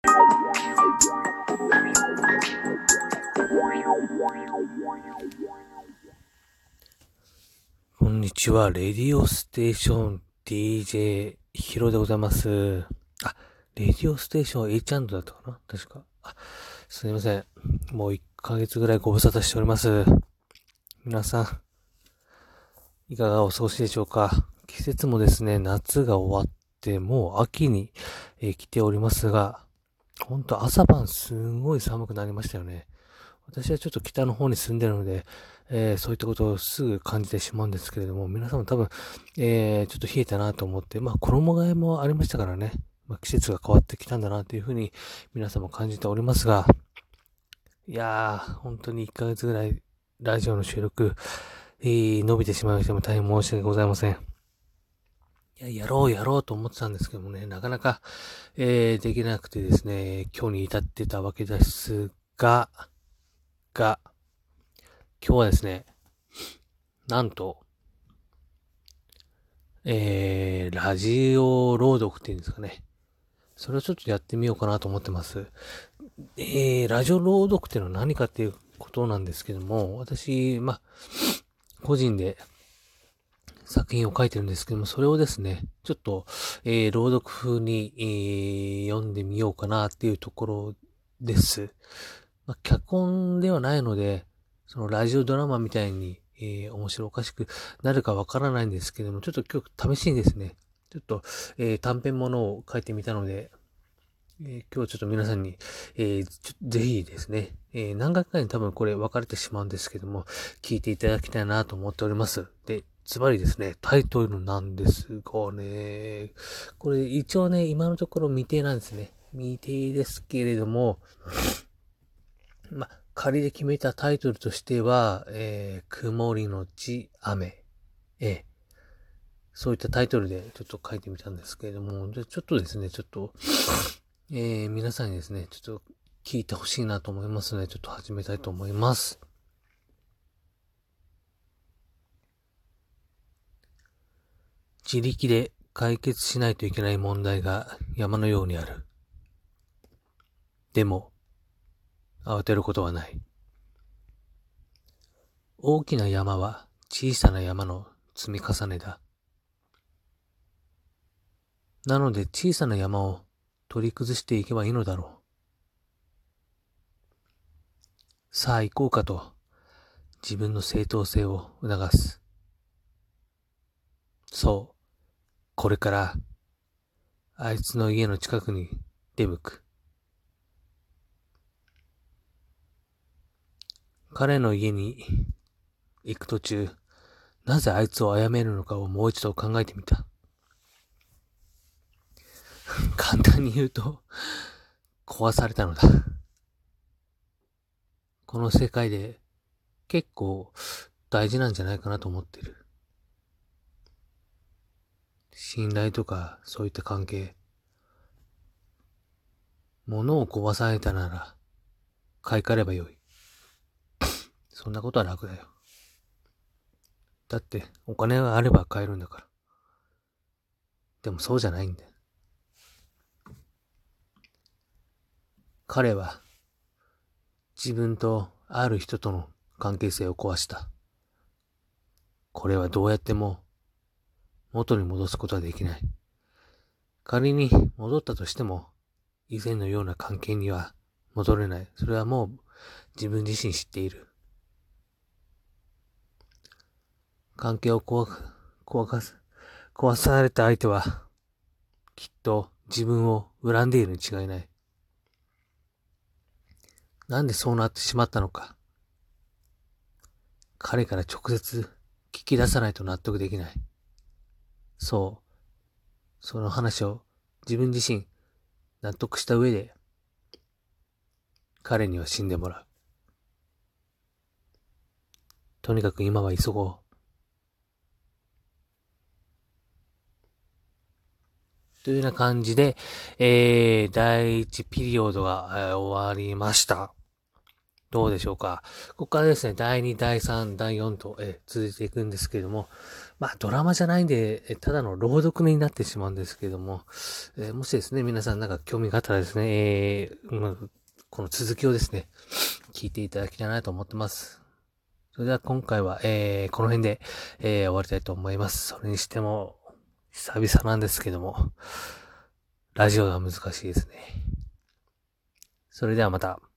こんにちは、レディオステーション DJ ヒロでございます。レディオステーション A チャンネルだったかな確か。すいません。もう1ヶ月ぐらいご無沙汰しております。皆さん、いかがお過ごしでしょうか。季節もですね、夏が終わって、もう秋に、来ておりますが、ほんと朝晩すんごい寒くなりましたよね。私はちょっと北の方に住んでるので、そういったことをすぐ感じてしまうんですけれども、皆さんも多分、ちょっと冷えたなと思って、衣替えもありましたからね、季節が変わってきたんだなというふうに皆さんも感じておりますが、いやー、本当に1ヶ月ぐらいラジオの収録、伸びてしまいましても大変申し訳ございません。やろうと思ってたんですけどもね、なかなか、できなくてですね、今日に至ってたわけですが、今日はですね、なんと、ラジオ朗読っていうんですかね。それをちょっとやってみようかなと思ってます。ラジオ朗読っていうのは何かっていうことなんですけども、私、個人で作品を書いてるんですけども、それをですね、ちょっと、朗読風に、読んでみようかなっていうところです。脚本ではないので、そのラジオドラマみたいに、面白おかしくなるかわからないんですけども、ちょっと今日試しにですね、ちょっと、短編ものを書いてみたので、今日はちょっと皆さんに、ぜひですね、何回かに多分これ分かれてしまうんですけども、聞いていただきたいなと思っております。で、ズバリですね、タイトルなんですがね、これ一応ね、今のところ未定なんですね。未定ですけれども、仮で決めたタイトルとしては、曇りのち雨。そういったタイトルでちょっと書いてみたんですけれども、ちょっとですね、皆さんにですね、ちょっと聞いてほしいなと思いますので、ちょっと始めたいと思います。自力で解決しないといけない問題が山のようにある。でも、慌てることはない。大きな山は小さな山の積み重ねだ。なので小さな山を取り崩していけばいいのだろう。さあ行こうかと自分の正当性を促す。そう、これからあいつの家の近くに出向く。彼の家に行く途中、なぜあいつを殺めるのかをもう一度考えてみた。簡単に言うと、壊されたのだ。この世界で結構大事なんじゃないかなと思ってる。信頼とかそういった関係。物を壊されたなら買い替えればよい。そんなことは楽だよ。だってお金があれば買えるんだから。でもそうじゃないんだよ。彼は自分とある人との関係性を壊した。これはどうやっても元に戻すことはできない。仮に戻ったとしても、以前のような関係には戻れない。それはもう自分自身知っている。関係を壊された相手は、きっと自分を恨んでいるに違いない。なんでそうなってしまったのか。彼から直接聞き出さないと納得できない。そう。その話を自分自身納得した上で、彼には死んでもらう。とにかく今は急ごう。というような感じで、第一ピリオドが終わりました。 どうでしょうか。ここからですね、第2、第3、第4と、続いていくんですけれども、まあ、ドラマじゃないんで、ただの朗読になってしまうんですけれども、もしですね、皆さんなんか興味があったらですね、この続きをですね、聞いていただきたいなと思ってます。それでは今回は、この辺で、終わりたいと思います。それにしても、久々なんですけども、ラジオが難しいですね。それではまた。